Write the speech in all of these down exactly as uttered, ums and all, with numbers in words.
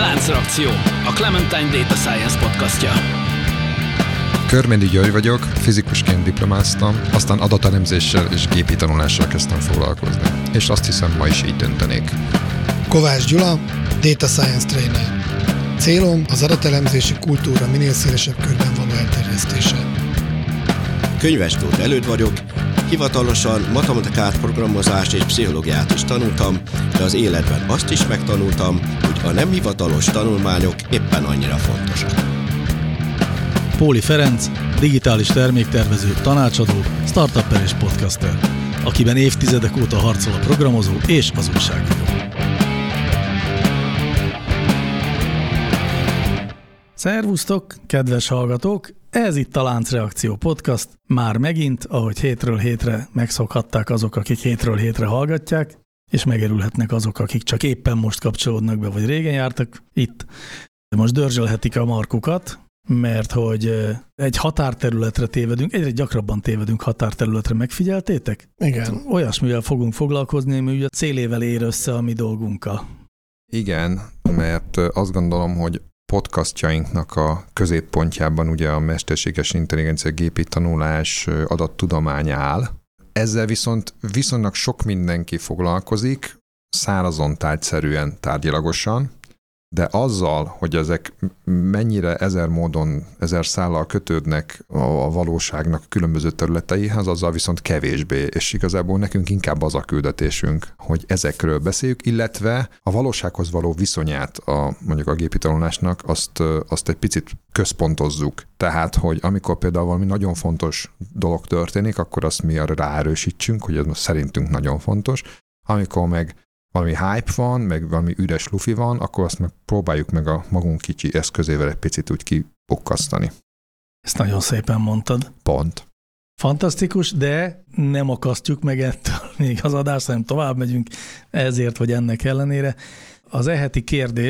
Láncreakció, a Clementine Data Science podcastja. Körméndi György vagyok, fizikusként diplomáztam, aztán adatelemzéssel és gépi tanulással kezdtem foglalkozni. És azt hiszem, ma is így döntenék. Kovács Gyula, Data Science Trainer. Célom az adatelemzési kultúra minél szélesebb körben való elterjesztése. Könyves Tóth Előd vagyok, hivatalosan matematikát, programozást és pszichológiát is tanultam, de az életben azt is megtanultam, hogy a nem hivatalos tanulmányok éppen annyira fontosak. Póli Ferenc, digitális terméktervező, tanácsadó, startupper és podcaster, akiben évtizedek óta harcol a programozó és az újságíró. Szervusztok, kedves hallgatók! Ez itt a Láncreakció podcast. Már megint, ahogy hétről hétre megszokhatták azok, akik hétről hétre hallgatják, és megerülhetnek azok, akik csak éppen most kapcsolódnak be, vagy régen jártak itt. De most dörzsölhetik a markukat, mert hogy egy határterületre tévedünk, egyre gyakrabban tévedünk határterületre, megfigyeltétek? Igen. Olyasmivel fogunk foglalkozni, ami ugye célével ér össze a mi dolgunkkal. Igen, mert azt gondolom, hogy podcastjainknak a középpontjában ugye a mesterséges intelligencia, gépi tanulás, adattudomány áll. Ezzel viszont viszonylag sok mindenki foglalkozik, szárazon tárgyszerűen, tárgyilagosan, de azzal, hogy ezek mennyire ezer módon, ezer szállal kötődnek a valóságnak különböző területeihez, azzal viszont kevésbé, és igazából nekünk inkább az a küldetésünk, hogy ezekről beszéljük, illetve a valósághoz való viszonyát a, mondjuk a gépi tanulásnak, azt, azt egy picit központozzuk. Tehát, hogy amikor például valami nagyon fontos dolog történik, akkor azt mi arra ráerősítsünk, hogy ez szerintünk nagyon fontos. Amikor meg valami hype van, meg valami üres lufi van, akkor azt meg próbáljuk meg a magunk kicsi eszközével egy picit úgy kipukkasztani. Ezt nagyon szépen mondtad. Pont. Fantasztikus, de nem akasztjuk meg ettől még az adást, hanem tovább megyünk ezért vagy ennek ellenére. Az eheti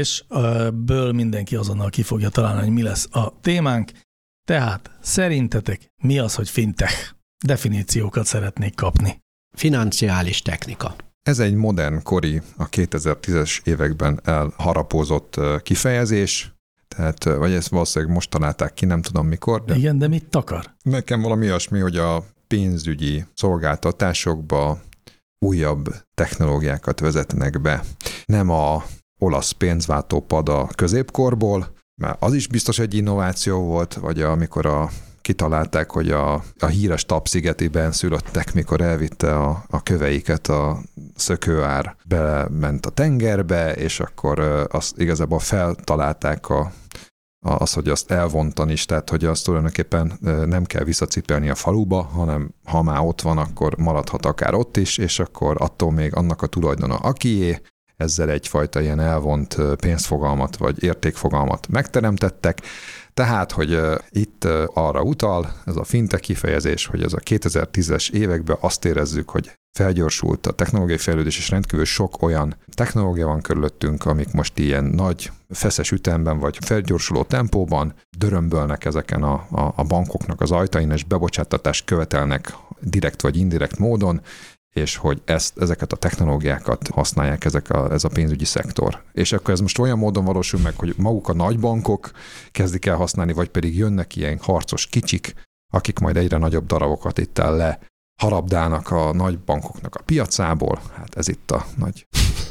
kérdésből mindenki azonnal ki fogja találni, hogy mi lesz a témánk. Tehát szerintetek mi az, hogy fintech? Definíciókat szeretnék kapni. Financiális technika. Ez egy modern kori, a kétezer-tízes években elharapózott kifejezés, tehát, vagy ezt valószínűleg most találták ki, nem tudom mikor. De igen, de mit akar? Nekem valami olyasmi, hogy a pénzügyi szolgáltatásokba újabb technológiákat vezetnek be. Nem a olasz pénzváltópad a középkorból, mert az is biztos egy innováció volt, vagy amikor a kitalálták, hogy a, a híres Tapszigeti benszülöttek, mikor elvitte a, a köveiket a szökőár, belement a tengerbe, és akkor azt igazából feltalálták a, a, az, hogy azt elvontani is, tehát hogy azt tulajdonképpen nem kell visszacipelni a faluba, hanem ha már ott van, akkor maradhat akár ott is, és akkor attól még annak a tulajdona akié, ezzel egyfajta ilyen elvont pénzfogalmat vagy értékfogalmat megteremtettek. Tehát, hogy uh, itt uh, arra utal, ez a fintech kifejezés, hogy ez a kétezer-tízes években azt érezzük, hogy felgyorsult a technológiai fejlődés, és rendkívül sok olyan technológia van körülöttünk, amik most ilyen nagy, feszes ütemben, vagy felgyorsuló tempóban dörömbölnek ezeken a, a, a bankoknak az ajtain, és bebocsátatást követelnek direkt vagy indirekt módon, és hogy ezt, ezeket a technológiákat használják ezek a, ez a pénzügyi szektor. És akkor ez most olyan módon valósul meg, hogy maguk a nagybankok kezdik el használni, vagy pedig jönnek ilyen harcos kicsik, akik majd egyre nagyobb darabokat itt el le harabdálnak a nagybankoknak a piacából. Hát ez itt a nagy...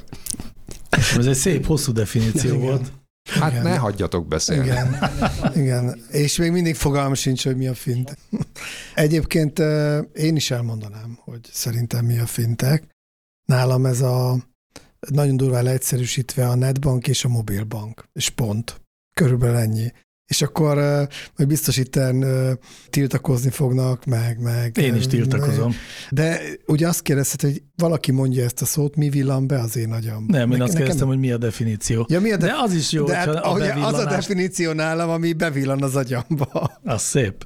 Ez egy szép, hosszú definíció igen. volt. Hát igen. ne hagyjatok beszélni. Igen. Igen, és még mindig fogalmam sincs, hogy mi a fintech. Egyébként én is elmondanám, hogy szerintem mi a fintech. Nálam ez a nagyon durván leegyszerűsítve a netbank és a mobilbank, és pont. Körülbelül ennyi. És akkor uh, majd biztos itten uh, tiltakozni fognak, meg, meg... Én is tiltakozom. Meg. De ugye azt kérdezted, hogy valaki mondja ezt a szót, mi villan be az én agyam. Nem, én ne, azt nekem... kérdeztem, hogy mi a definíció. Ja, mi a de... de az is jó, de hogyha hát, a az a definíció nálam, ami bevillan az agyamba. Az szép.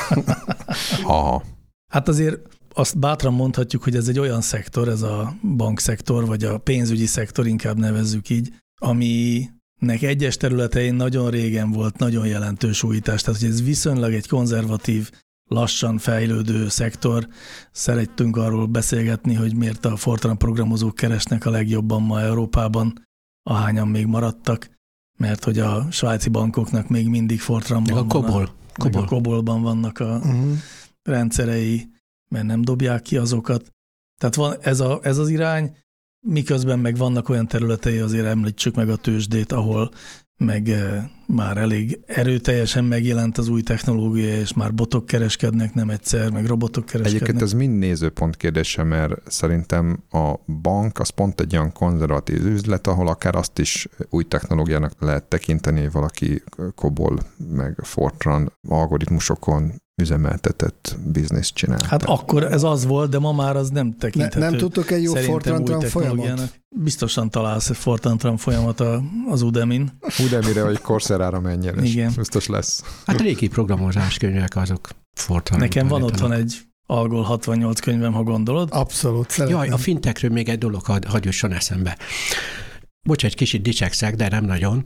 Aha. Hát azért azt bátran mondhatjuk, hogy ez egy olyan szektor, ez a bankszektor, vagy a pénzügyi szektor, inkább nevezzük így, ami... nek egyes területein nagyon régen volt nagyon jelentős újítás, tehát hogy ez viszonylag egy konzervatív, lassan fejlődő szektor. Szerettünk arról beszélgetni, hogy miért a Fortran programozók keresnek a legjobban ma Európában, ahányan még maradtak, mert hogy a svájci bankoknak még mindig Fortranban a Cobol. Van a, a Cobolban vannak a uh-huh. rendszerei, mert nem dobják ki azokat. Tehát van ez, a, ez az irány, miközben meg vannak olyan területei, azért említsük meg a tőzsdét, ahol meg e, már elég erőteljesen megjelent az új technológia, és már botok kereskednek nem egyszer, meg robotok kereskednek. Egyébként ez mind nézőpont kérdése, mert szerintem a bank az pont egy olyan konzervatív üzlet, ahol akár azt is új technológiának lehet tekinteni, valaki Cobol meg Fortran algoritmusokon üzemeltetett bizniszt csinál. Hát akkor ez az volt, de ma már az nem tekinthető. Ne, nem tudtok egy jó Fortran folyamat? Biztosan találsz egy Fortran folyamat az Udemy-n. Udemy-re vagy Coursera-ra menjen, és igen. biztos lesz. Hát régi programozáskönyvek azok Fortran. Nekem van otthon egy Algol hatvannyolc könyvem, ha gondolod. Abszolút. Szeretném. Jaj, a fintechről még egy dolog hadd jusson eszembe. Bocs, egy kicsit dicsekszek, de nem nagyon.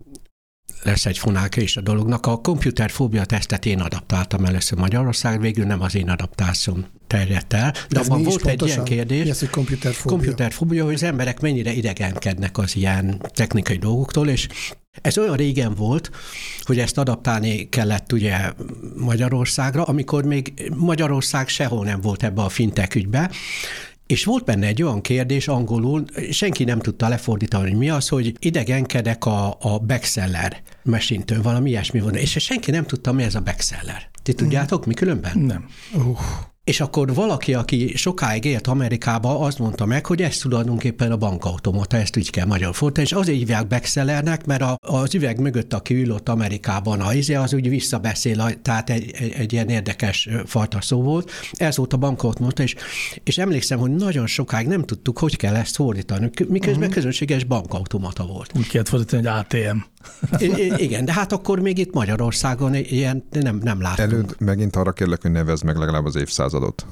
Lesz egy fonálka is a dolognak. A komputerfóbia tesztet én adaptáltam először Magyarországon, végül nem az én adaptációm terjedt el. De abban volt egy ilyen kérdés. Mi az, hogy komputerfóbia? Komputerfóbia, hogy az emberek mennyire idegenkednek az ilyen technikai dolgoktól, és ez olyan régen volt, hogy ezt adaptálni kellett ugye Magyarországra, amikor még Magyarország sehol nem volt ebbe a fintech ügybe, és volt benne egy olyan kérdés angolul, senki nem tudta lefordítani, hogy mi az, hogy idegenkedek a, a backseller machine-től, valami ilyesmi van, és senki nem tudta, mi ez a backseller. Ti tudjátok, mi különben? Nem. Uh. És akkor valaki, aki sokáig élt Amerikába, azt mondta meg, hogy ez tulajdonképpen a bankautomata, ezt úgy kell magyar fordítani, és azért hívják backsellernek, mert a, az üveg mögött, aki ülött Amerikában, a izé, az úgy visszabeszél, tehát egy, egy, egy ilyen érdekes fajta szó volt. Ez volt a bankautomata, és, és emlékszem, hogy nagyon sokáig nem tudtuk, hogy kell ezt fordítani, miközben uh-huh. közönséges bankautomata volt. Úgy kellett fordítani, hogy á té em. I- igen, de hát akkor még itt Magyarországon ilyen nem, nem láttunk. Előd megint arra kérlek, hogy nevezd meg legalább az évszázadot.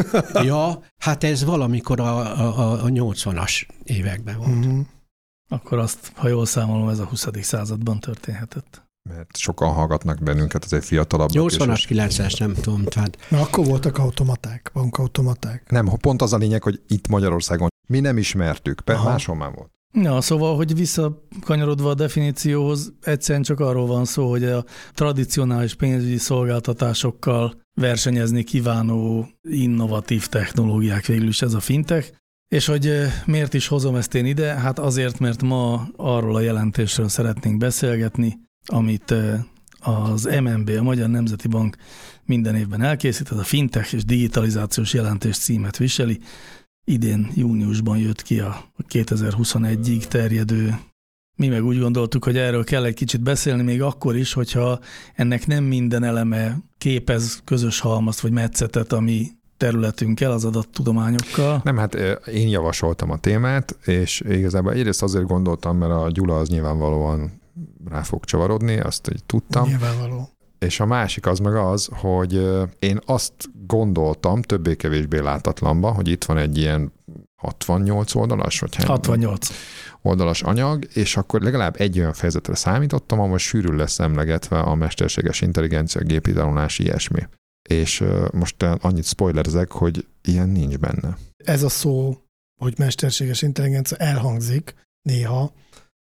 Ja, hát ez valamikor a, a, a nyolcvanas években volt. Uh-huh. Akkor azt, ha jól számolom, ez a huszadik században történhetett. Mert sokan hallgatnak bennünket, azért fiatalabbak. nyolcvanas, kilencvenes, nem tudom. Tehát... Na, akkor voltak automaták, bankautomaták. Nem, pont az a lényeg, hogy itt Magyarországon mi nem ismertük, be, máshol már volt. Ja, szóval, hogy visszakanyarodva a definícióhoz, egyszerűen csak arról van szó, hogy a tradicionális pénzügyi szolgáltatásokkal versenyezni kívánó innovatív technológiák, végül is ez a fintech. És hogy miért is hozom ezt én ide? Hát azért, mert ma arról a jelentésről szeretnénk beszélgetni, amit az em en bé, a Magyar Nemzeti Bank minden évben elkészít, ez a fintech és digitalizációs jelentés címet viseli. Idén júniusban jött ki a kétezer-huszonegyig terjedő. Mi meg úgy gondoltuk, hogy erről kell egy kicsit beszélni, még akkor is, hogyha ennek nem minden eleme képez közös halmazt vagy metszetet, ami területünkkel, az adattudományokkal. Nem, hát én javasoltam a témát, és igazából egyrészt azért gondoltam, mert a Gyula az nyilvánvalóan rá fog csavarodni, azt így tudtam. Nyilvánvaló. És a másik az meg az, hogy én azt gondoltam, többé-kevésbé látatlanba, hogy itt van egy ilyen hatvannyolc oldalas, vagy hatvannyolc oldalas anyag, és akkor legalább egy olyan fejezetre számítottam, ahol sűrűn lesz emlegetve a mesterséges intelligencia, gépi tanulás, ilyesmi. És most annyit spoilerzek, hogy ilyen nincs benne. Ez a szó, hogy mesterséges intelligencia elhangzik néha,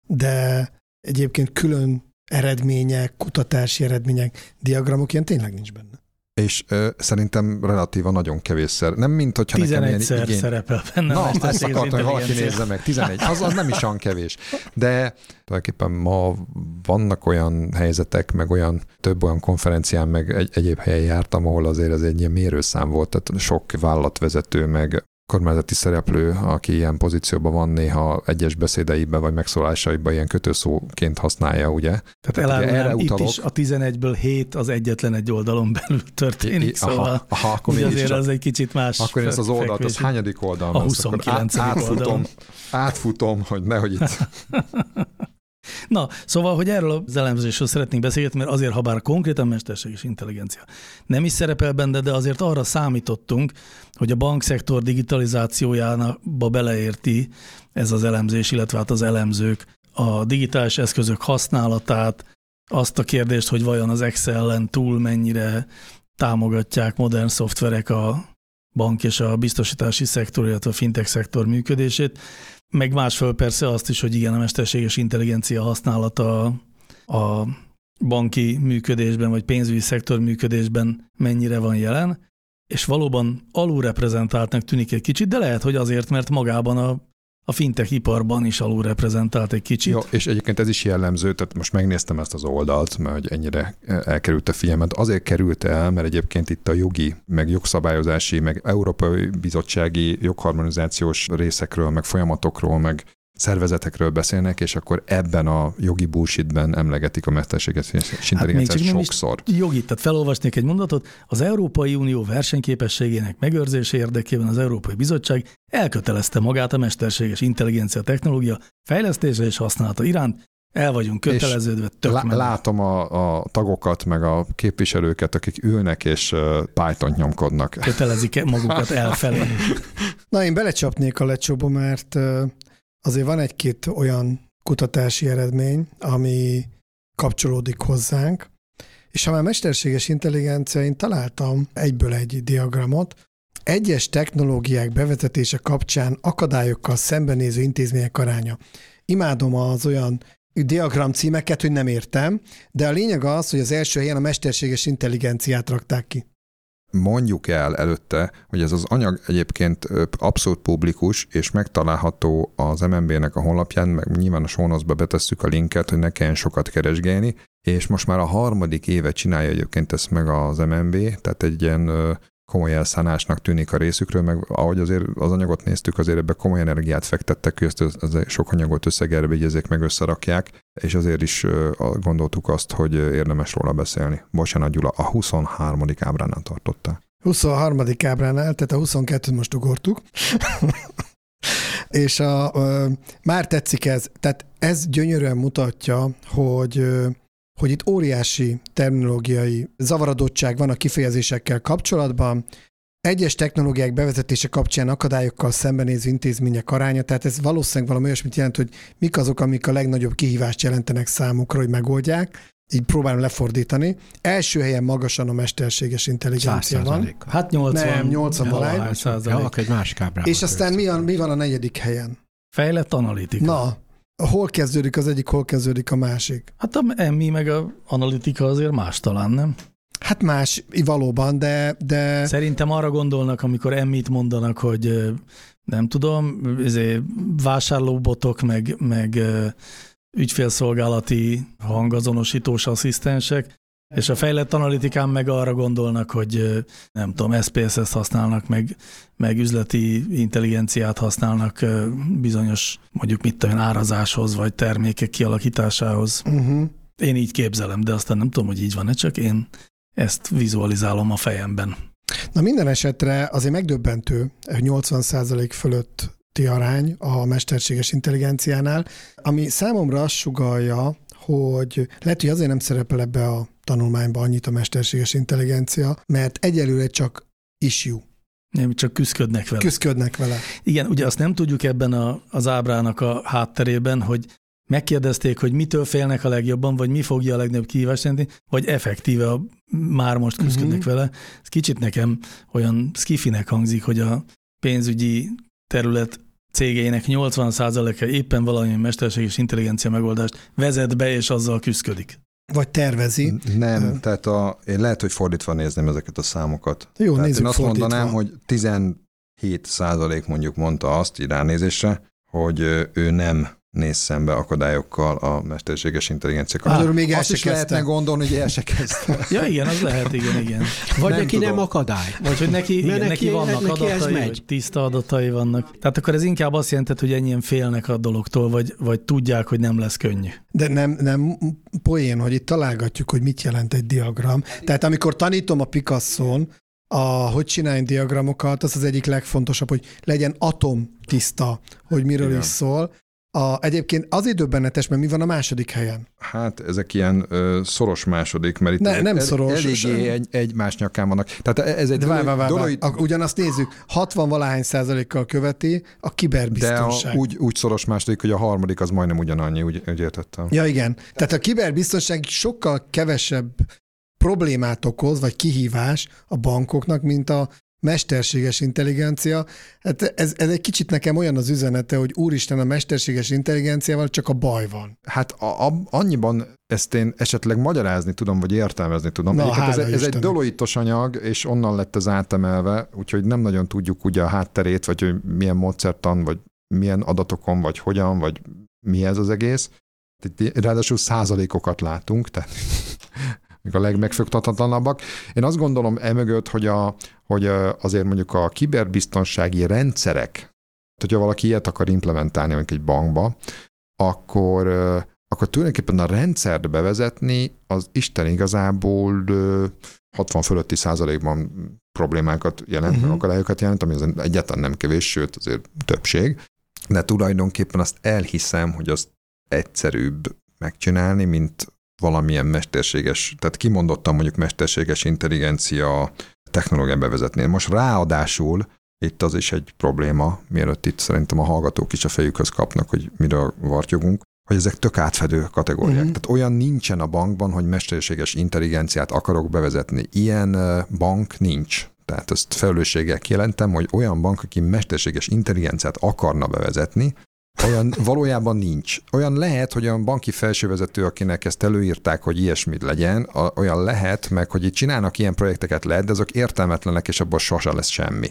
de egyébként külön eredmények, kutatási eredmények, diagramok, ilyen tényleg nincs benne. És ö, szerintem relatívan nagyon kevésszer. Nem mint, hogyha nekem ilyen tizenegyszer igény... szerepel benne. Na, ezt akartam, hogy valaki nézze meg. tizenegy. Az, az nem is olyan kevés. De tulajdonképpen ma vannak olyan helyzetek, meg olyan több olyan konferencián, meg egy, egyéb helyen jártam, ahol azért ez egy ilyen mérőszám volt, tehát sok vállalatvezető, meg kormányzati szereplő, aki ilyen pozícióban van, néha egyes beszédeiben vagy megszólásaiban ilyen kötőszóként használja, ugye? Tehát elárulnám, itt is a tizenegyből hét az egyetlen egy oldalon belül történik, I, szóval aha, aha, akkor azért az egy kicsit más. Akkor ezt az oldalt, az hányadik oldal? A huszonkilencedik át, átfutom, oldalon. Átfutom, hogy nehogy itt... Na, szóval, hogy erről az elemzésről szeretnénk beszélgetni, mert azért, ha bár konkrétan mesterséges intelligencia nem is szerepel benne, de azért arra számítottunk, hogy a bankszektor digitalizációjába beleérti ez az elemzés, illetve hát az elemzők a digitális eszközök használatát, azt a kérdést, hogy vajon az Excel-en túl mennyire támogatják modern szoftverek a bank és a biztosítási szektor, illetve a fintech szektor működését. meg másfél persze azt is, hogy igen, a mesterséges intelligencia használata a banki működésben, vagy pénzügyi szektor működésben mennyire van jelen, és valóban alulreprezentáltnak tűnik egy kicsit, de lehet, hogy azért, mert magában a, a fintech iparban is alulreprezentált egy kicsit. Jó, és egyébként ez is jellemző, tehát most megnéztem ezt az oldalt, mert hogy ennyire elkerült a figyelmet. Azért került el, mert egyébként itt a jogi, meg jogszabályozási, meg Európai Bizottsági jogharmonizációs részekről, meg folyamatokról, meg szervezetekről beszélnek, és akkor ebben a jogi bullshitben emlegetik a mesterséges intelligenciát hát sokszor. Jogi, tehát felolvasnék egy mondatot. Az Európai Unió versenyképességének megőrzése érdekében az Európai Bizottság elkötelezte magát a mesterséges intelligencia technológia fejlesztése és használata iránt. El vagyunk köteleződve, tök lá- Látom a, a tagokat, meg a képviselőket, akik ülnek és uh, Python-t nyomkodnak. Kötelezik magukat elfelé. Na, én belecsapnék a lecsóba, mert uh, azért van egy-két olyan kutatási eredmény, ami kapcsolódik hozzánk, és ha már mesterséges intelligencia, én találtam egyből egy diagramot. Egyes technológiák bevezetése kapcsán akadályokkal szembenéző intézmények aránya. Imádom az olyan diagram címeket, hogy nem értem, de a lényeg az, hogy az első helyen a mesterséges intelligenciát rakták ki. Mondjuk el előtte, hogy ez az anyag egyébként abszolút publikus, és megtalálható az em en bé-nek a honlapján, meg nyilván a show notes-ba betesszük a linket, hogy ne kelljen sokat keresgélni, és most már a harmadik éve csinálja egyébként ezt meg az em en bé, tehát egy ilyen komoly elszánásnak tűnik a részükről, meg ahogy azért az anyagot néztük, azért ebbe komoly energiát fektettek, hogy ezt az sok anyagot összegerbe igyezzék meg összerakják, és azért is gondoltuk azt, hogy érdemes róla beszélni. Bocsánat, Gyula, a huszonharmadik ábránál tartottál. huszonharmadik ábránál, tehát a huszonkettőt most ugortuk. És a, a, már tetszik ez, tehát ez gyönyörűen mutatja, hogy hogy itt óriási terminológiai zavarodottság van a kifejezésekkel kapcsolatban, egyes technológiák bevezetése kapcsán akadályokkal szembenéző intézmények aránya, tehát ez valószínűleg valami olyasmit jelent, hogy mik azok, amik a legnagyobb kihívást jelentenek számukra, hogy megoldják, így próbálom lefordítani. Első helyen magasan a mesterséges intelligencia van. Hát nyolcvan. Nem, nyolcvan valány. Ja, egy másik ábrában. És aztán mi, a, mi van a negyedik helyen? Fejlett analitika. Na, hol kezdődik az egyik, hol kezdődik a másik? Hát a em i meg a analitika azért más talán, nem? Hát más, valóban, de... de... Szerintem arra gondolnak, amikor em i-t mondanak, hogy nem tudom, vásárlóbotok, meg, meg ügyfélszolgálati hangazonosítós asszisztensek, és a fejlett analitikán meg arra gondolnak, hogy nem tudom, es pé es-t használnak, meg, meg üzleti intelligenciát használnak bizonyos, mondjuk mit tudom, árazáshoz, vagy termékek kialakításához. Uh-huh. Én így képzelem, de aztán nem tudom, hogy így van-e, csak én ezt vizualizálom a fejemben. Na minden esetre azért megdöbbentő, nyolcvan százalék fölötti arány a mesterséges intelligenciánál, ami számomra azt sugallja, hogy lehet, hogy azért nem szerepel ebbe a tanulmányban annyit a mesterséges intelligencia, mert egyelőre csak issue. Nem, csak küszködnek vele. Küszködnek vele. Igen, ugye azt nem tudjuk ebben a, az ábrának a hátterében, hogy megkérdezték, hogy mitől félnek a legjobban, vagy mi fogja a legnagyobb kihívást jelenteni, vagy effektíve a, már most küszködnek uh-huh. vele. Ez kicsit nekem olyan skifinek hangzik, hogy a pénzügyi terület cégeinek nyolcvan százaléka éppen valamilyen mesterséges intelligencia megoldást vezet be, és azzal küszködik. Vagy tervezi. Nem, uh. tehát a, én lehet, hogy fordítva nézném ezeket a számokat. Jó, tehát nézzük én azt fordítva. mondanám, hogy tizenhét százalék mondjuk mondta azt így ránézésre, hogy ő nem néz szembe akadályokkal a mesterséges intelligencia kapcsolatban. Még Azt is lehetne gondolni, hogy el se kezdte. Ja, igen, az lehet, igen, igen. Vagy nem neki tudom. nem akadály. Vagy hogy neki, igen, neki, neki vannak neki adatai, vagy tiszta adatai vannak. Tehát akkor ez inkább azt jelenti, hogy ennyien félnek a dologtól, vagy, vagy tudják, hogy nem lesz könnyű. De nem, nem poén, hogy itt találgatjuk, hogy mit jelent egy diagram. Tehát amikor tanítom a Picasso-n, a, hogy csinálni diagramokat, az az egyik legfontosabb, hogy legyen atomtiszta, hogy miről igen. is szól. A, egyébként azért döbbenetes, mert mi van a második helyen? Hát ezek ilyen ö, szoros második, mert itt ne, nem el, szoros, eléggé egy, egymás nyakán vannak. Tehát ez egy vár, vár, vár, dolog... vár. Ugyanazt nézzük, hatvan valahány százalékkal követi a kiberbiztonság. De a, úgy, úgy szoros második, hogy a harmadik az majdnem ugyanannyi, úgy, úgy értettem. Ja igen, tehát a kiberbiztonság sokkal kevesebb problémát okoz, vagy kihívás a bankoknak, mint a mesterséges intelligencia, hát ez, ez egy kicsit nekem olyan az üzenete, hogy úristen, a mesterséges intelligenciával csak a baj van. Hát a, a, annyiban ezt én esetleg magyarázni tudom, vagy értelmezni tudom. Na, ez, ez egy Istennek. Deloitte-os anyag, és onnan lett ez átemelve, úgyhogy nem nagyon tudjuk ugye a hátterét, vagy hogy milyen módszertan, vagy milyen adatokon, vagy hogyan, vagy mi ez az egész. Ráadásul százalékokat látunk, tehát a legmegfoghatlanabbak. Én azt gondolom emögött, hogy, a, hogy azért mondjuk a kiberbiztonsági rendszerek, hogyha valaki ilyet akar implementálni mondjuk egy bankba, akkor, akkor tulajdonképpen a rendszert bevezetni az Isten igazából hatvan fölötti százalékban problémákat jelent, uh-huh. akadályokat jelent, ami az egyáltalán nem kevés, sőt azért többség. De tulajdonképpen azt elhiszem, hogy azt egyszerűbb megcsinálni, mint valamilyen mesterséges, tehát kimondottan mondjuk mesterséges intelligencia technológiát bevezetni. Most ráadásul itt az is egy probléma, mielőtt itt szerintem a hallgatók is a fejükhöz kapnak, hogy miről vartyogunk, hogy ezek tök átfedő kategóriák. Uh-huh. Tehát olyan nincsen a bankban, hogy mesterséges intelligenciát akarok bevezetni. Ilyen bank nincs. Tehát ezt felelősséggel kijelentem, hogy olyan bank, aki mesterséges intelligenciát akarna bevezetni, olyan valójában nincs. Olyan lehet, hogy olyan banki felsővezető, akinek ezt előírták, hogy ilyesmit legyen, olyan lehet, meg hogy itt csinálnak ilyen projekteket lehet, de azok értelmetlenek, és abban sose lesz semmi.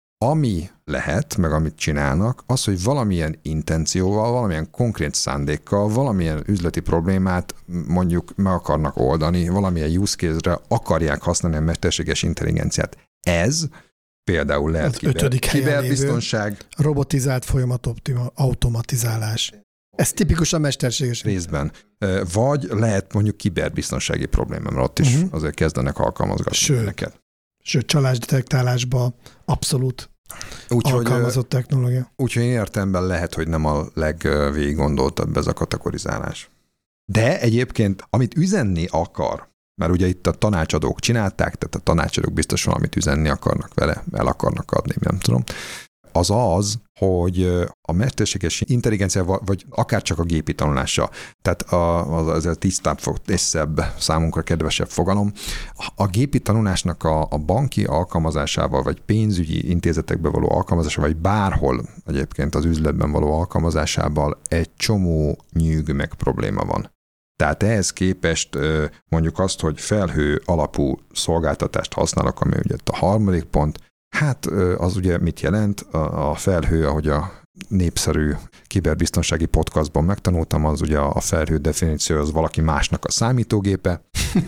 Ami lehet, meg amit csinálnak, az, hogy valamilyen intencióval, valamilyen konkrét szándékkal, valamilyen üzleti problémát mondjuk meg akarnak oldani, valamilyen use case-re akarják használni a mesterséges intelligenciát. Ez például lehet kiber, kiberbiztonság. Robotizált folyamat optima, automatizálás. Ez tipikusan mesterséges. Részben. Vagy lehet mondjuk kiberbiztonsági probléma, mert ott is uh-huh. azért kezdenek alkalmazgatni Sőt. neked. Sőt, csalásdetektálásban abszolút úgy, alkalmazott hogy, technológia. Úgyhogy én értelemben lehet, hogy nem a legvégiggondoltabb ez a kategorizálás. De egyébként, amit üzenni akar, mert ugye itt a tanácsadók csinálták, tehát a tanácsadók biztosan, amit üzenni akarnak vele, el akarnak adni, nem tudom, az az, hogy a mesterséges intelligencia, vagy akár csak a gépi tanulása, tehát az, az a tisztább, észebb, számunkra kedvesebb fogalom, a gépi tanulásnak a, a banki alkalmazásával, vagy pénzügyi intézetekben való alkalmazásával, vagy bárhol egyébként az üzletben való alkalmazásával egy csomó nyűg meg probléma van. Tehát ehhez képest mondjuk azt, hogy felhő alapú szolgáltatást használok, ami ugye a harmadik pont, hát az ugye mit jelent? A felhő, ahogy a népszerű kiberbiztonsági podcastban megtanultam, az ugye a felhő definíció, az valaki másnak a számítógépe.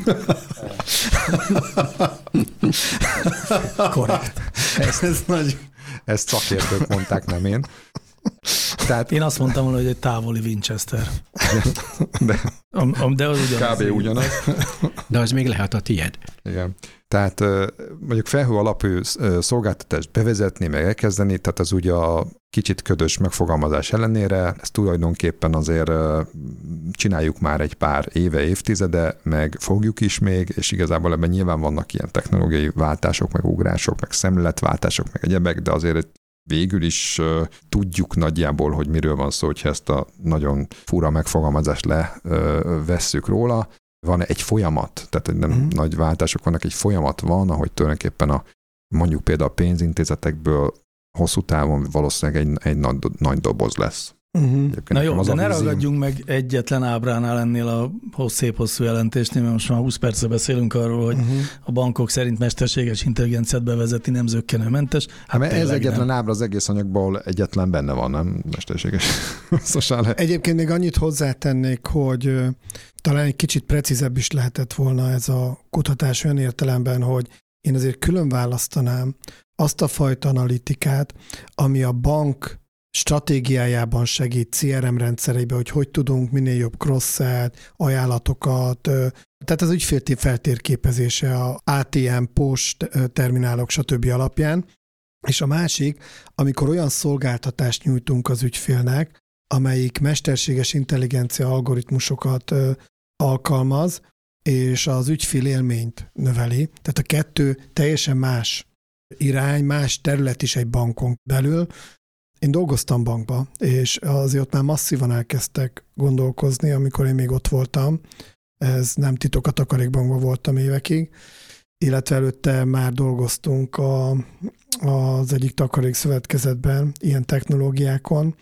Korrekt. Ezt, ez nagy... ezt szakértők mondták, nem én. Tehát... Én azt mondtam volna, hogy egy távoli Winchester. De, Am, de az ugyanaz. Kb. Ugyanaz. De az még lehet a tied. Igen. Tehát mondjuk felhő alapú szolgáltatást bevezetni, meg elkezdeni, tehát az ugye a kicsit ködös megfogalmazás ellenére, ezt tulajdonképpen azért csináljuk már egy pár éve, évtizede, meg fogjuk is még, és igazából ebben nyilván vannak ilyen technológiai váltások, meg ugrások, meg szemléletváltások, meg egyebek, de azért végül is uh, tudjuk nagyjából, hogy miről van szó, hogyha ezt a nagyon fura megfogalmazást levesszük uh, róla. Van egy folyamat, tehát nem mm. nagy váltások vannak, egy folyamat van, ahogy tulajdonképpen a, mondjuk például a pénzintézetekből hosszú távon valószínűleg egy, egy nagy, nagy doboz lesz. Uh-huh. Na jó, de ne ragadjunk meg egyetlen ábránál ennél a szép hosszú jelentésnél, mert most már húsz percre beszélünk arról, hogy uh-huh. a bankok szerint mesterséges intelligenciát bevezetni nem zökkenőmentes. Hát hát ez egyetlen nem. Ábra az egész anyagból egyetlen benne van, nem mesterséges. Egyébként még annyit hozzátennék, hogy talán egy kicsit precízebb is lehetett volna ez a kutatás olyan értelemben, hogy én azért külön választanám azt a fajta analitikát, ami a bank stratégiájában segít, cé er em rendszereiben, hogy hogy tudunk minél jobb cross-selt, ajánlatokat, tehát az ügyfél feltérképezése, a á té em, post, terminálok, stb. Alapján. És a másik, amikor olyan szolgáltatást nyújtunk az ügyfélnek, amelyik mesterséges intelligencia algoritmusokat alkalmaz, és az ügyfél élményt növeli. Tehát a kettő teljesen más irány, más terület is egy bankon belül. Én dolgoztam bankba, és azért ott már masszívan elkezdtek gondolkozni, amikor én még ott voltam. Ez nem titok, a Takarékbankban voltam évekig. illetve előtte már dolgoztunk a, az egyik takarékszövetkezetben ilyen technológiákon,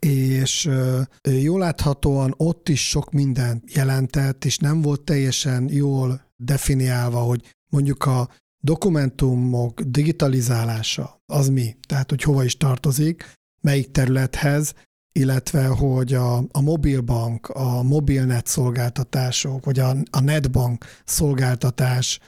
és jól láthatóan ott is sok mindent jelentett, és nem volt teljesen jól definiálva, hogy mondjuk a dokumentumok digitalizálása az mi, tehát hogy hova is tartozik, melyik területhez, illetve hogy a, a mobilbank, a mobilnet szolgáltatások, vagy a, a netbank szolgáltatás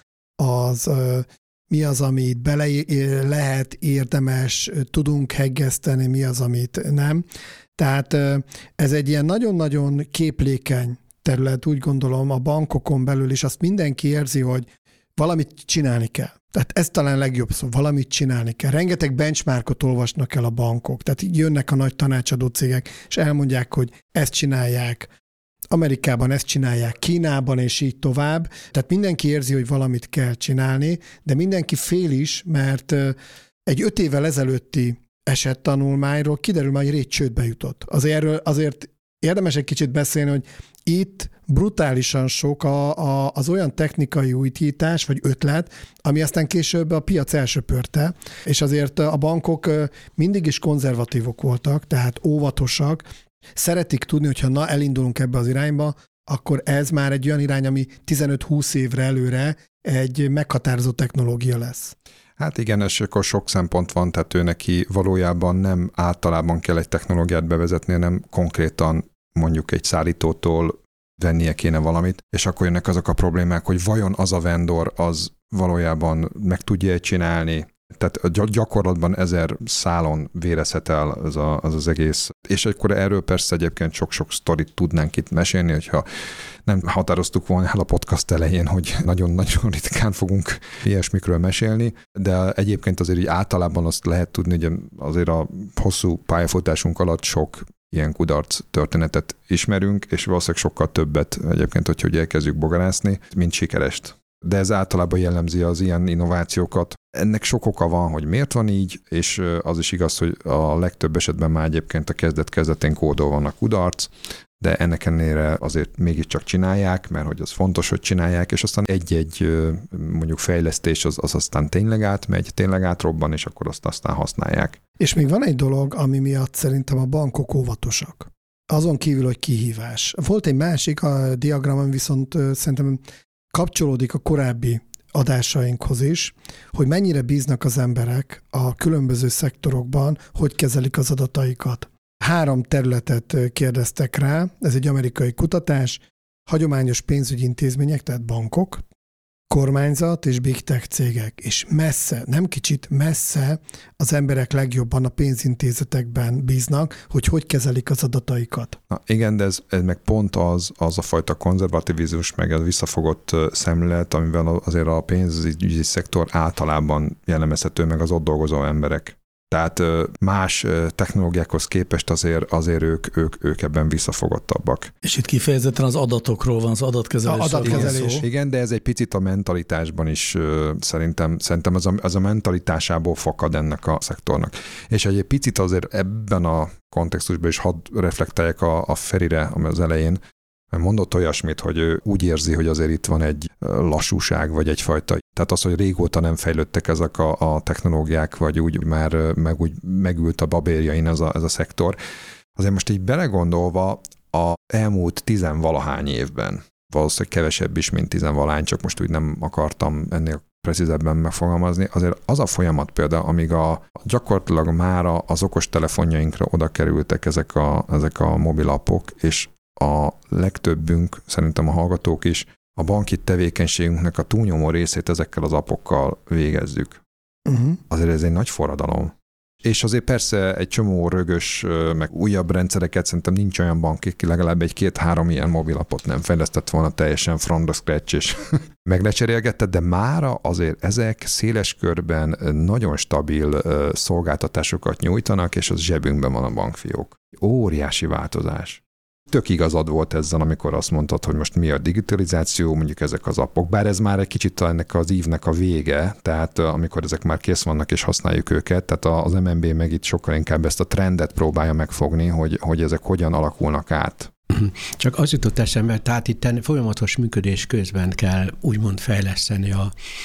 az mi az, amit bele lehet, érdemes, tudunk heggeszteni, mi az, amit nem. Tehát ez egy ilyen nagyon-nagyon képlékeny terület, úgy gondolom, a bankokon belül is azt mindenki érzi, hogy valamit csinálni kell. Tehát ez talán legjobb szó, valamit csinálni kell. Rengeteg benchmarkot olvasnak el a bankok, tehát jönnek a nagy tanácsadó cégek, és elmondják, hogy ezt csinálják, Amerikában ezt csinálják, Kínában, és így tovább. Tehát mindenki érzi, hogy valamit kell csinálni, de mindenki fél is, mert egy öt évvel ezelőtti esettanulmányról kiderül, hogy rét csődbe jutott. Azért, azért érdemes egy kicsit beszélni, hogy itt brutálisan sok a, a, az olyan technikai újítás vagy ötlet, ami aztán később a piac elsöpörte, és azért a bankok mindig is konzervatívok voltak, tehát óvatosak, szeretik tudni, hogyha na elindulunk ebbe az irányba, akkor ez már egy olyan irány, ami tizenöt-húsz évre előre egy meghatározó technológia lesz. Hát igen, és akkor sok szempont van, tehát ő neki valójában nem általában kell egy technológiát bevezetni, hanem konkrétan mondjuk egy szállítótól vennie kéne valamit, és akkor jönnek azok a problémák, hogy vajon az a vendor az valójában meg tudja csinálni, tehát gyakorlatban ezer szálon vérezhet el az, a, az az egész. És akkor erről persze egyébként sok-sok sztorit tudnánk itt mesélni, hogyha nem határoztuk volna el a podcast elején, hogy nagyon-nagyon ritkán fogunk ilyesmikről mesélni, de egyébként azért így általában azt lehet tudni, hogy azért a hosszú pályafutásunk alatt sok ilyen kudarc történetet ismerünk, és valószínűleg sokkal többet egyébként, hogyha elkezdjük bogarászni, mint sikerest. De ez általában jellemzi az ilyen innovációkat. Ennek sok oka van, hogy miért van így, és az is igaz, hogy a legtöbb esetben már egyébként a kezdet-kezdetén kódol van a kudarc, de ennek ennél azért mégiscsak csinálják, mert hogy az fontos, hogy csinálják, és aztán egy-egy mondjuk fejlesztés az, az aztán tényleg átmegy, tényleg átrobban, és akkor azt aztán használják. És még van egy dolog, ami miatt szerintem a bankok óvatosak. Azon kívül, hogy kihívás. Volt egy másik a diagramon, viszont szerintem kapcsolódik a korábbi adásainkhoz is, hogy mennyire bíznak az emberek a különböző szektorokban, hogy kezelik az adataikat. Három területet kérdeztek rá, ez egy amerikai kutatás, hagyományos pénzügyi intézmények, tehát bankok, kormányzat és big tech cégek, és messze, nem kicsit, messze az emberek legjobban a pénzintézetekben bíznak, hogy hogy kezelik az adataikat. Na igen, de ez, ez meg pont az, az a fajta konzervativizmus, meg a visszafogott szemlélet, amivel azért a pénzügyi szektor általában jellemezhető, meg az ott dolgozó emberek. Tehát más technológiákhoz képest azért, azért ők, ők, ők ebben visszafogottabbak. És itt kifejezetten az adatokról van, az adatkezelés. Adatkezelés. Igen, igen, de ez egy picit a mentalitásban is szerintem, szerintem az, a, az a mentalitásából fakad ennek a szektornak. És egy picit azért ebben a kontextusban is hadd reflektáljak a, a Ferire az elején, mert mondott olyasmit, hogy ő úgy érzi, hogy azért itt van egy lassúság, vagy egyfajta. Tehát az, hogy régóta nem fejlődtek ezek a, a technológiák, vagy úgy már meg, úgy megült a babérjain ez a, ez a szektor. Azért most így belegondolva a elmúlt tizenvalahány évben, valószínűleg kevesebb is, mint tizenvalahány, csak most úgy nem akartam ennél precízebben megfogalmazni, azért az a folyamat például, amíg a, gyakorlatilag mára az okostelefonjainkra oda kerültek ezek a, ezek a mobilappok, és a legtöbbünk, szerintem a hallgatók is, a banki tevékenységünknek a túlnyomó részét ezekkel az appokkal végezzük. Uh-huh. Azért ez egy nagy forradalom. És azért persze egy csomó rögös, meg újabb rendszereket, szerintem nincs olyan bank, aki legalább egy-két-három ilyen mobilapot nem fejlesztett volna teljesen from the scratch, és meglecserélgette, de mára azért ezek széles körben nagyon stabil szolgáltatásokat nyújtanak, és az zsebünkben van a bankfiók. Óriási változás. Tök igazad volt ezzel, amikor azt mondtad, hogy most mi a digitalizáció, mondjuk ezek az appok, bár ez már egy kicsit ennek az ívnek a vége, tehát amikor ezek már kész vannak és használjuk őket, tehát az em en bé meg itt sokkal inkább ezt a trendet próbálja megfogni, hogy, hogy ezek hogyan alakulnak át. Csak az jutott eszembe, tehát itt folyamatos működés közben kell úgymond fejleszteni a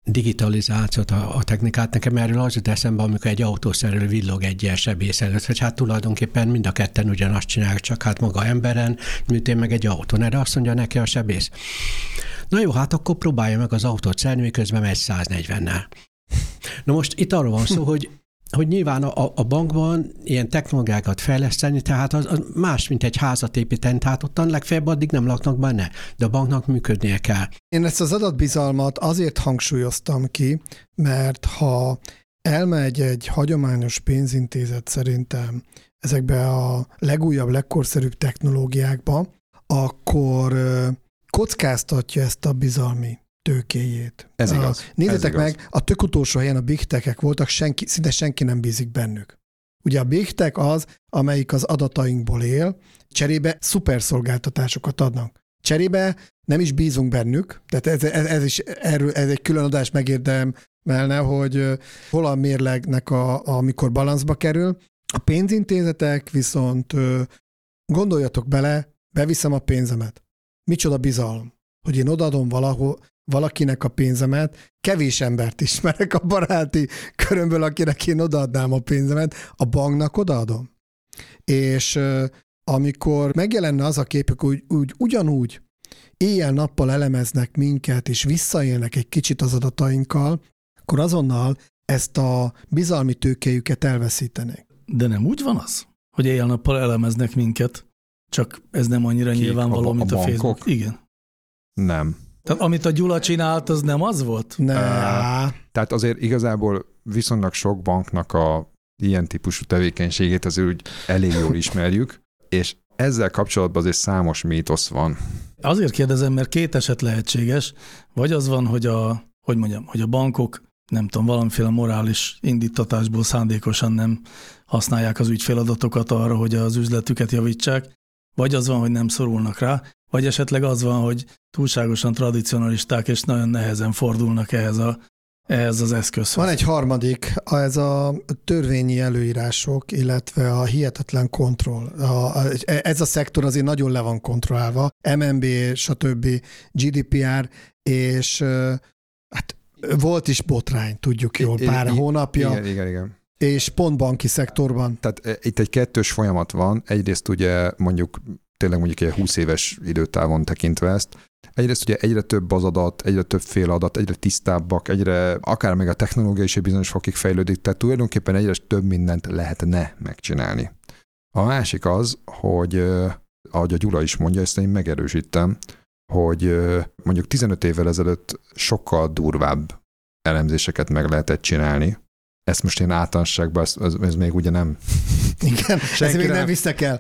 digitalizációt, a, a technikát, nekem erről az jut eszembe, amikor egy autószerelő villog egy ilyen sebész előtt, hogy hát tulajdonképpen mind a ketten ugyanazt csinálják, csak hát maga emberen, mint én meg egy autón. Erre azt mondja neki a sebész. Na jó, hát akkor próbálja meg az autót szerelni, miközben megy száznegyvennel. Na most itt arról van szó, hogy hogy nyilván a, a bankban ilyen technológiákat fejleszteni, tehát az, az más, mint egy házat építeni, tehát ottan legfeljebb addig nem laknak benne, de a banknak működnie kell. Én ezt az adatbizalmat azért hangsúlyoztam ki, mert ha elmegy egy hagyományos pénzintézet szerintem ezekbe a legújabb, legkorszerűbb technológiákba, akkor kockáztatja ezt a bizalmi tőkéjét. Ez igaz. A, nézzétek ez meg, igaz. a tök utolsó helyen a big tech-ek voltak, senki, szinte senki nem bízik bennük. Ugye a big tech az, amelyik az adatainkból él, cserébe szuper szolgáltatásokat adnak. Cserébe nem is bízunk bennük, tehát ez, ez, ez is erről, ez egy külön adás megérdemelne, hogy hol a mérlegnek, a, amikor balanszba kerül. A pénzintézetek viszont gondoljatok bele, beviszem a pénzemet. Micsoda bizalom, hogy én odaadom valahol, valakinek a pénzemet, kevés embert ismerek a baráti körömből, akinek én odaadnám a pénzemet, a banknak odaadom. És amikor megjelenne az a képük, úgy, úgy ugyanúgy éjjel-nappal elemeznek minket, és visszaélnek egy kicsit az adatainkkal, akkor azonnal ezt a bizalmi tőkéjüket elveszítenék. De nem úgy van az, hogy éjjel-nappal elemeznek minket, csak ez nem annyira Kik? nyilvánvaló, A- mint a a Facebook. bankok? Igen. Nem. Tehát amit a Gyula csinált, az nem az volt? Ne. Tehát azért igazából viszonylag sok banknak a ilyen típusú tevékenységét azért úgy elég jól ismerjük, és ezzel kapcsolatban azért számos mítosz van. Azért kérdezem, mert két eset lehetséges. Vagy az van, hogy a, hogy mondjam, hogy a bankok, nem tudom, valamiféle morális indítatásból szándékosan nem használják az ügyféladatokat arra, hogy az üzletüket javítsák, vagy az van, hogy nem szorulnak rá, vagy esetleg az van, hogy túlságosan tradicionalisták, és nagyon nehezen fordulnak ehhez, a, ehhez az eszközhöz. Van egy harmadik, ez a törvényi előírások, illetve a hihetetlen kontroll. A, a, ez a szektor azért nagyon le van kontrollálva, em en bé, stb., gé dé pé er, és hát volt is botrány, tudjuk jól, pár I, I, hónapja, igen, igen, igen. és pont banki szektorban. Tehát itt egy kettős folyamat van. Egyrészt ugye mondjuk tényleg mondjuk egy húsz éves időtávon tekintve ezt. Egyrészt ugye egyre több az adat, egyre több fél adat, egyre tisztábbak, egyre akár még a technológia is egy bizonyos fokig fejlődik, tehát tulajdonképpen egyre több mindent lehetne megcsinálni. A másik az, hogy ahogy a Gyula is mondja, ezt én megerősítem, hogy mondjuk tizenöt évvel ezelőtt sokkal durvább elemzéseket meg lehetett csinálni. Ezt most én általánosságban, ez, ez, ez még ugye nem... Igen, ez még nem viszek el.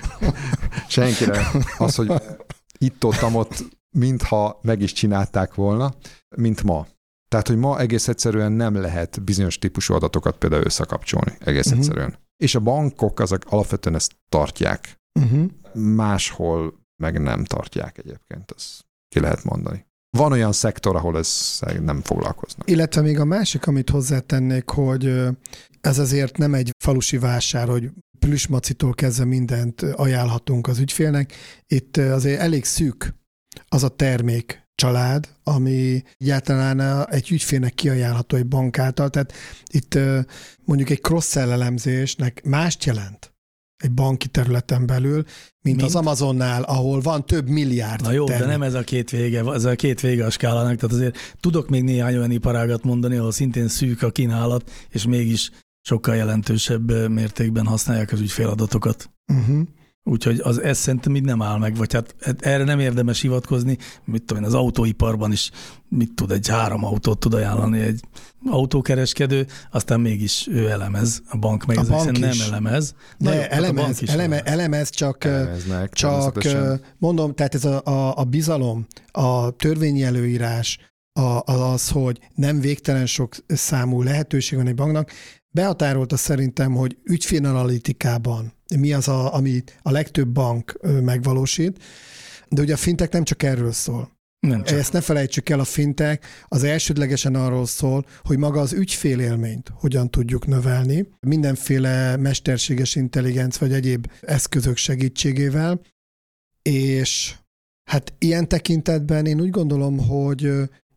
Senkire. Az, hogy itt-ott, ott, mintha meg is csinálták volna, mint ma. Tehát, hogy ma egész egyszerűen nem lehet bizonyos típusú adatokat például összekapcsolni. Egész uh-huh. egyszerűen. És a bankok azok alapvetően ezt tartják. Uh-huh. Máshol meg nem tartják egyébként. Ezt ki lehet mondani. Van olyan szektor, ahol ez nem foglalkoznak. Illetve még a másik, amit hozzátennék, hogy ez azért nem egy falusi vásár, hogy plüsmacitól kezdve mindent ajánlhatunk az ügyfélnek. Itt azért elég szűk az a termék család, ami egyáltalán egy ügyfélnek kiajánlható egy bank által. Tehát itt mondjuk egy cross-sell elemzésnek mást jelent egy banki területen belül, mint, mint az Amazonnál, ahol van több milliárd. Na jó, termék. de nem ez a két vége, ez a két vége a skálának, tehát azért tudok még néhány olyan iparágat mondani, ahol szintén szűk a kínálat, és mégis sokkal jelentősebb mértékben használják az ügyféladatokat. Uh-huh. Úgyhogy az, ez szerintem így nem áll meg, vagy hát erre nem érdemes hivatkozni, mit tudom én, az autóiparban is mit tud, egy három autót tud ajánlani egy autókereskedő, aztán mégis ő elemez, a bank meg ezek szerint nem elemez. De jó, elemez, eleme, elemez, csak, csak mondom, tehát ez a, a, a bizalom, a törvényi előírás, a, az, hogy nem végtelen sok számú lehetőség van egy banknak, behatárolta szerintem, hogy ügyfélanalitikában mi az, a, ami a legtöbb bank megvalósít, de ugye a fintech nem csak erről szól. Nem csak. Ezt ne felejtsük el, a fintech az elsődlegesen arról szól, hogy maga az ügyfélélményt hogyan tudjuk növelni, mindenféle mesterséges intelligencia vagy egyéb eszközök segítségével, és hát ilyen tekintetben én úgy gondolom, hogy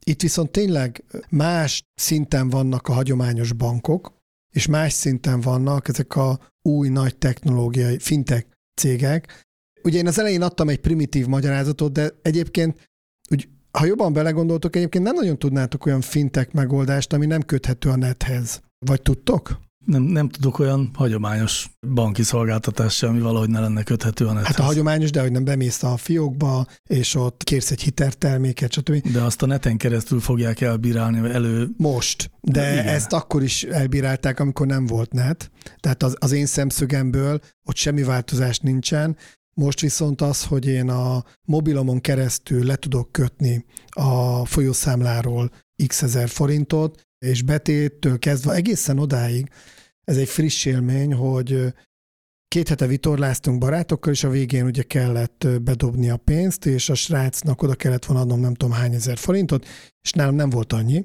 Itt viszont tényleg más szinten vannak a hagyományos bankok, és más szinten vannak ezek a új nagy technológiai fintech cégek. Ugye én az elején adtam egy primitív magyarázatot, de egyébként, úgy, ha jobban belegondoltok, egyébként nem nagyon tudnátok olyan fintech megoldást, ami nem köthető a nethez. Vagy tudtok? Nem, nem tudok olyan hagyományos banki szolgáltatásra, ami valahogy ne lenne köthető a nethez. Hát a hagyományos, de hogy nem bemész a fiókba, és ott kérsz egy hitelterméket, stb. De azt a neten keresztül fogják elbírálni elő. Most, de igen. Ezt akkor is elbírálták, amikor nem volt net. Tehát az, az én szemszögemből ott semmi változás nincsen. Most viszont az, hogy én a mobilomon keresztül le tudok kötni a folyószámláról x ezer forintot, és betéttől kezdve egészen odáig, ez egy friss élmény, hogy két hete vitorláztunk barátokkal, és a végén ugye kellett bedobni a pénzt, és a srácnak oda kellett volna adnom nem tudom hány ezer forintot, és nálam nem volt annyi,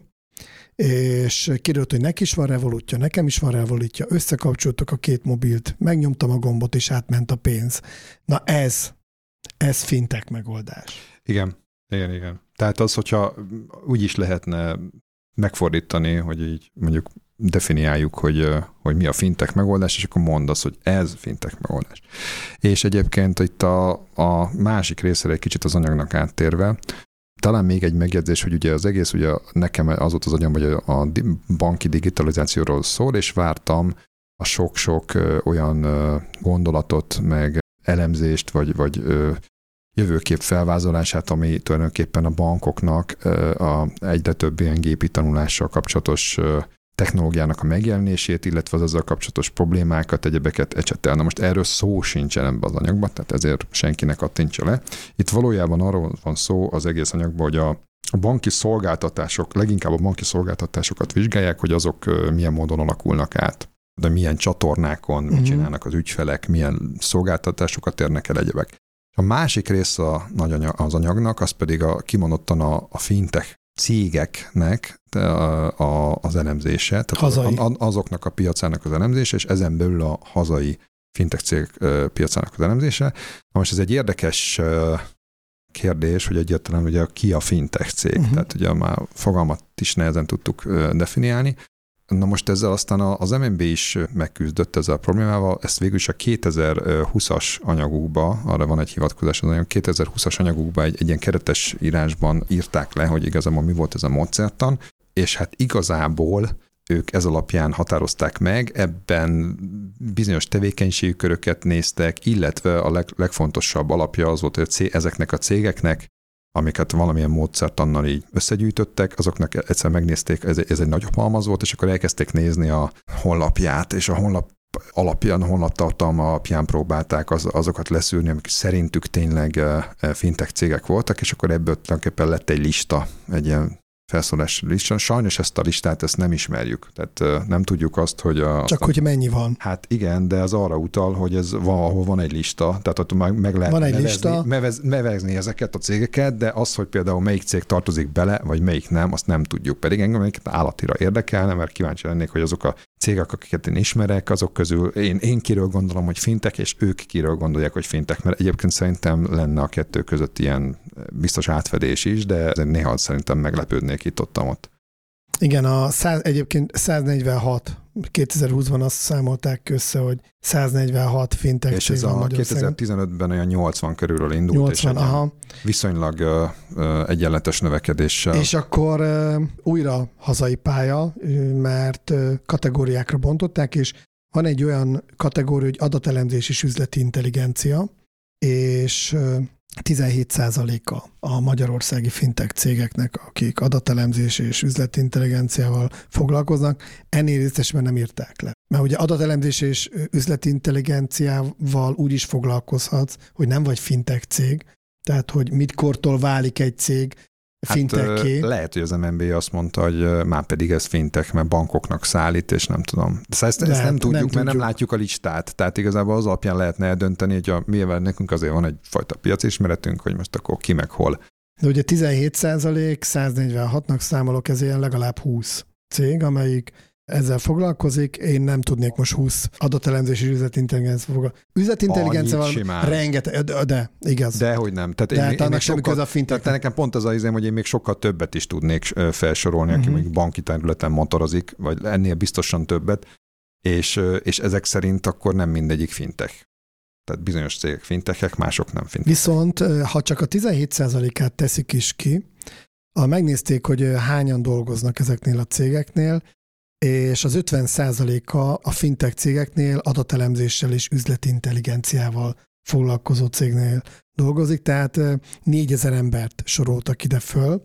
és kiderült, hogy neki is van Revolutja, nekem is van Revolutja, összekapcsoltuk a két mobilt, megnyomtam a gombot, és átment a pénz. Na ez, ez fintech megoldás. Igen, igen, igen. Tehát az, hogyha úgy is lehetne megfordítani, hogy így mondjuk definiáljuk, hogy, hogy mi a fintech megoldás, és akkor mondd azt, hogy ez fintech megoldás. És egyébként itt a, a másik részre egy kicsit az anyagnak áttérve, talán még egy megjegyzés, hogy ugye az egész, ugye nekem az volt az anyag, hogy a, a banki digitalizációról szól, és vártam a sok-sok olyan gondolatot, meg elemzést, vagy, vagy jövőkép felvázolását, ami tulajdonképpen a bankoknak a egyre több ilyen gépi tanulással kapcsolatos technológiának a megjelenését, illetve az azzal kapcsolatos problémákat, egyebeket ecsetel. Na most erről szó sincsen ebben az anyagban, tehát ezért senkinek attintsa le. Itt valójában arról van szó az egész anyagban, hogy a a banki szolgáltatások, leginkább a banki szolgáltatásokat vizsgálják, hogy azok milyen módon alakulnak át, de milyen csatornákon, mit uh-huh. csinálnak az ügyfelek, milyen szolgáltatásokat érnek el egyebek. A másik része az anyagnak, az pedig a, kimondottan a, a fintech cégeknek a, a, az elemzése, tehát az, azoknak a piacának az elemzése, és ezen belül a hazai fintech cég piacának az elemzése. Na most ez egy érdekes kérdés, hogy egyáltalán ugye ki a fintech cég, uh-huh. tehát ugye már fogalmat is nehezen tudtuk definiálni. Na most ezzel aztán az em en bé is megküzdött ezzel a problémával, ezt végül is a kétezer-húszas anyagukba, arra van egy hivatkozás az anyag, kétezer-húszas anyagukba egy, egy ilyen keretes írásban írták le, hogy igazából mi volt ez a módszertan, és hát igazából ők ez alapján határozták meg, ebben bizonyos tevékenységköröket néztek, illetve a leg, legfontosabb alapja az volt, hogy ezeknek a cégeknek, amiket valamilyen módszertannal így összegyűjtöttek, azoknak egyszer megnézték, ez, ez egy nagyobb halmaz volt, és akkor elkezdték nézni a honlapját, és a honlap alapján, honlaptartalma alapján próbálták az, azokat leszűrni, amik szerintük tényleg fintech cégek voltak, és akkor ebből tulajdonképpen lett egy lista, egy ilyen felszólás lista. Sajnos ezt a listát ezt nem ismerjük. Tehát nem tudjuk azt, hogy a... Csak hogy mennyi van. Hát igen, de ez arra utal, hogy ez valahol van egy lista, tehát ott meg lehet nevezni, mevez, nevezni ezeket a cégeket, de az, hogy például melyik cég tartozik bele, vagy melyik nem, azt nem tudjuk. Pedig engem melyiket állatira érdekelne, mert kíváncsi lennék, hogy azok a cégek, akiket én ismerek, azok közül én, én kiről gondolom, hogy fintech, és ők kiről gondolják, hogy fintech, mert egyébként szerintem lenne a kettő között ilyen biztos átfedés is, de néha szerintem meglepődnék itt ott, ott. Igen, a száz, egyébként száznegyvenhat, kétezer-húszban azt számolták össze, hogy száznegyvenhat fintech és ez a kétezer-tizenötben olyan nyolcvan körülről indult, nyolcvan, és aha. viszonylag uh, uh, egyenletes növekedéssel. És akkor uh, újra hazai pálya, mert uh, kategóriákra bontották, és van egy olyan kategória, hogy adatelemzés és üzleti intelligencia, és uh, tizenhét százaléka a magyarországi fintech cégeknek, akik adatelemzés és üzleti intelligenciával foglalkoznak, ennél részesen nem írták le. Mert ugye adatelemzés és üzleti intelligenciával úgy is foglalkozhatsz, hogy nem vagy fintech cég, tehát hogy mitkortól válik egy cég fintechké. Hát, lehet, hogy az em en bé azt mondta, hogy már pedig ez fintech, mert bankoknak szállít, és nem tudom. Szóval ezt, lehet, ezt nem tudjuk, nem mert tudjuk. Nem látjuk a listát. Tehát igazából az alapján lehetne eldönteni, hogy a, mivel nekünk azért van egyfajta piacismeretünk, hogy most akkor ki meg hol. De ugye tizenhét százalék, száznegyvenhatnak számolok, ez ilyen legalább húsz cég, amelyik ezzel foglalkozik. Én nem tudnék most húsz adatelemzés és üzletintelligencia foglalkozni. Üzletintelligenciával rengeteg, de, de igaz. Dehogy nem. Tehát de én, hát én annak még semmi sokkal, köze a fintech. tehát nekem pont az az izém, hogy én még sokkal többet is tudnék felsorolni, aki uh-huh. mondjuk banki területen motorozik, vagy ennél biztosan többet, és, és ezek szerint akkor nem mindegyik fintech. Tehát bizonyos cégek fintechek, mások nem fintech. Viszont ha csak a tizenhét százalékát teszik is ki, ha megnézték, hogy hányan dolgoznak ezeknél a cégeknél, és az ötven százaléka a fintech cégeknél adatelemzéssel és üzletintelligenciával foglalkozó cégnél dolgozik, tehát négyezer embert soroltak ide föl,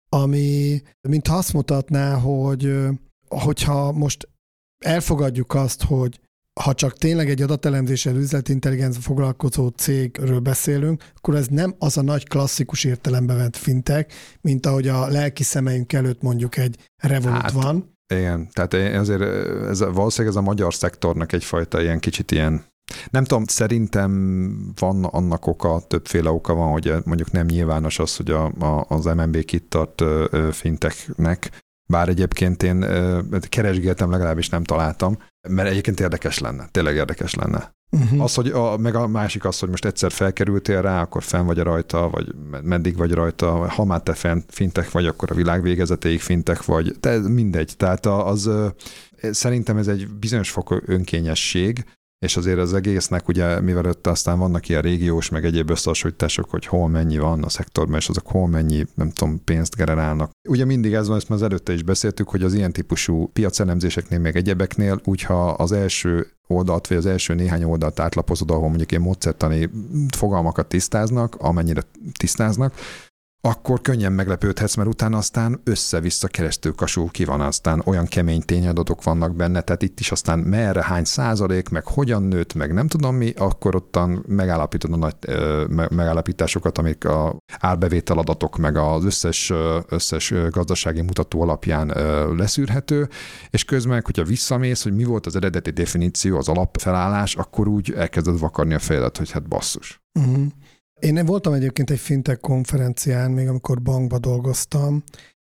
ami mintha azt mutatná, hogy hogyha most elfogadjuk azt, hogy ha csak tényleg egy adatelemzéssel, üzletintelligencia foglalkozó cégről beszélünk, akkor ez nem az a nagy klasszikus értelembe vett fintech, mint ahogy a lelki szemeink előtt mondjuk egy Revolut hát, van. Igen, tehát azért ez, valószínűleg ez a magyar szektornak egyfajta ilyen kicsit ilyen, nem tudom, szerintem van annak oka, többféle oka van, hogy mondjuk nem nyilvános az, hogy a, a, az em en bé kit tart fintechnek, bár egyébként én keresgéltem, legalábbis nem találtam, mert egyébként érdekes lenne, tényleg érdekes lenne. Uh-huh. Az, hogy a, meg a másik az, hogy most egyszer felkerültél rá, akkor fenn vagy rajta, vagy meddig vagy rajta, ha már te fenn fintech vagy, akkor a világ végezetéig fintech vagy, de mindegy. Tehát az, szerintem ez egy bizonyos fokú önkényesség, és azért az egésznek ugye, mivel ott aztán vannak ilyen régiós, meg egyéb összehasonlítások, hogy hol mennyi van a szektorban, és azok hol mennyi, nem tudom, pénzt generálnak. Ugye mindig ez van, ezt már az előtte is beszéltük, hogy az ilyen típusú piacelemzéseknél, meg egyebeknél, úgyha az első oldalt, vagy az első néhány oldalt átlapozod, ahol mondjuk ilyen módszertani fogalmakat tisztáznak, amennyire tisztáznak, akkor könnyen meglepődhetsz, mert utána aztán össze-vissza keresztülkasul ki van, aztán olyan kemény tényadatok vannak benne, tehát itt is aztán merre, hány százalék, meg hogyan nőtt, meg nem tudom mi, akkor ottan megállapítod a nagy ö, megállapításokat, amik a árbevétel adatok, meg az összes, összes gazdasági mutató alapján ö, leszűrhető, és közben, hogyha visszamész, hogy mi volt az eredeti definíció, az alapfelállás, akkor úgy elkezded vakarni a fejedet, hogy hát basszus. Uh-huh. Én voltam egyébként egy fintech konferencián, még amikor bankba dolgoztam,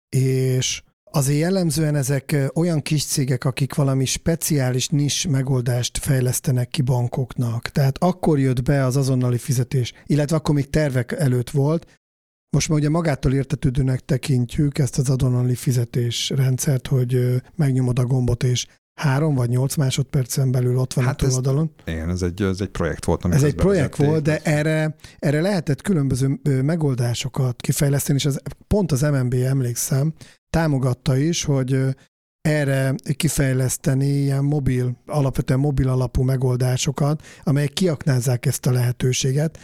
és azért jellemzően ezek olyan kis cégek, akik valami speciális nis megoldást fejlesztenek ki bankoknak. Tehát akkor jött be az azonnali fizetés, illetve akkor még tervek előtt volt. Most már ugye magától értetődőnek tekintjük ezt az azonnali fizetés rendszert, hogy megnyomod a gombot, és három vagy nyolc másodpercen belül ott van hát a túloldalon. Igen, ez egy, ez egy projekt volt. Ez egy projekt volt, de erre, erre lehetett különböző megoldásokat kifejleszteni, és az, pont az em en bé, emlékszem, támogatta is, hogy erre kifejleszteni ilyen mobil, alapvetően mobil alapú megoldásokat, amelyek kiaknázzák ezt a lehetőséget,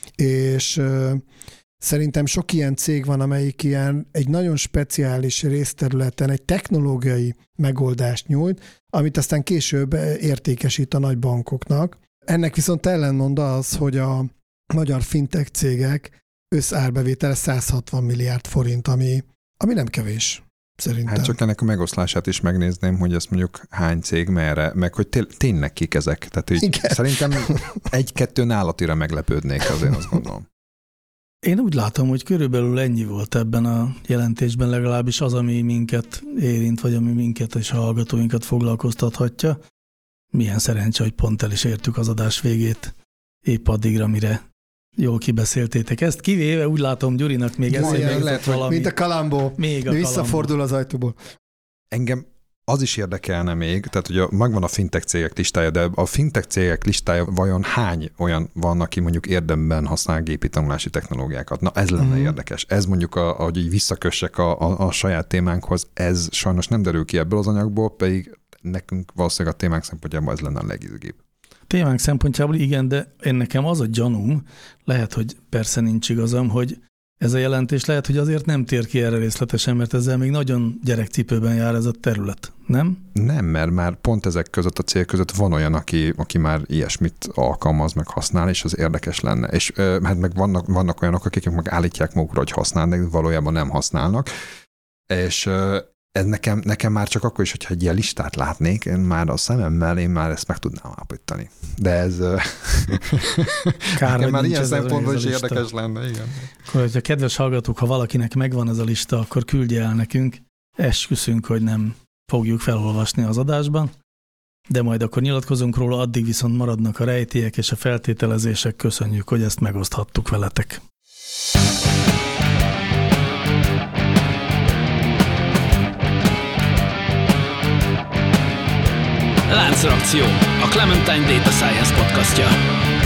és szerintem sok ilyen cég van, amelyik ilyen egy nagyon speciális részterületen egy technológiai megoldást nyújt, amit aztán később értékesít a nagy bankoknak. Ennek viszont ellenmond az, hogy a magyar fintech cégek összárbevétele száz hatvan milliárd forint, ami, ami nem kevés. Szerintem. Hát csak ennek a megoszlását is megnézném, hogy ezt mondjuk hány cég merre, meg hogy té- tényleg kik ezek. Tehát így szerintem egy-kettő nálatira meglepődnék, azért azt gondolom. Én úgy látom, hogy körülbelül ennyi volt ebben a jelentésben, legalábbis az, ami minket érint, vagy ami minket és a hallgatóinkat foglalkoztathatja. Milyen szerencse, hogy pont el is értük az adás végét, épp addigra, mire jól kibeszéltétek ezt. Kivéve úgy látom, Gyurinak még eszébe jutott valami. Mint a Kalambó, még a visszafordul az ajtóból. Engem az is érdekelne még, tehát ugye megvan a fintech cégek listája, de a fintech cégek listája vajon hány olyan van, aki mondjuk érdemben használ gépi tanulási technológiákat? Na ez lenne uh-huh. érdekes. Ez mondjuk, a, ahogy így visszakössek a, a, a saját témánkhoz, ez sajnos nem derül ki ebből az anyagból, pedig nekünk valószínűleg a témánk szempontjából ez lenne a legizgibb. Témánk szempontjából igen, de én nekem az a gyanúm, lehet, hogy persze nincs igazam, hogy ez a jelentés lehet, hogy azért nem tér ki erre részletesen, mert ezzel még nagyon gyerekcipőben jár ez a terület, nem? Nem, mert már pont ezek között a cél között van olyan, aki, aki már ilyesmit alkalmaz, meg használ, és az érdekes lenne. És hát meg vannak, vannak olyanok, akik meg állítják magukra, hogy használnak, de valójában nem használnak. És ez nekem, nekem már csak akkor is, hogyha egy ilyen listát látnék, én már a szememmel, én már ezt meg tudnám állapítani. De ez Kár, már ilyen szempontból is érdekes lenne, igen. Akkor, hogyha kedves hallgatók, ha valakinek megvan ez a lista, akkor küldje el nekünk. Esküszünk, hogy nem fogjuk felolvasni az adásban, de majd akkor nyilatkozunk róla, addig viszont maradnak a rejtélyek és a feltételezések. Köszönjük, hogy ezt megoszthattuk veletek. Láncreakció, a Clementine Data Science podcastja.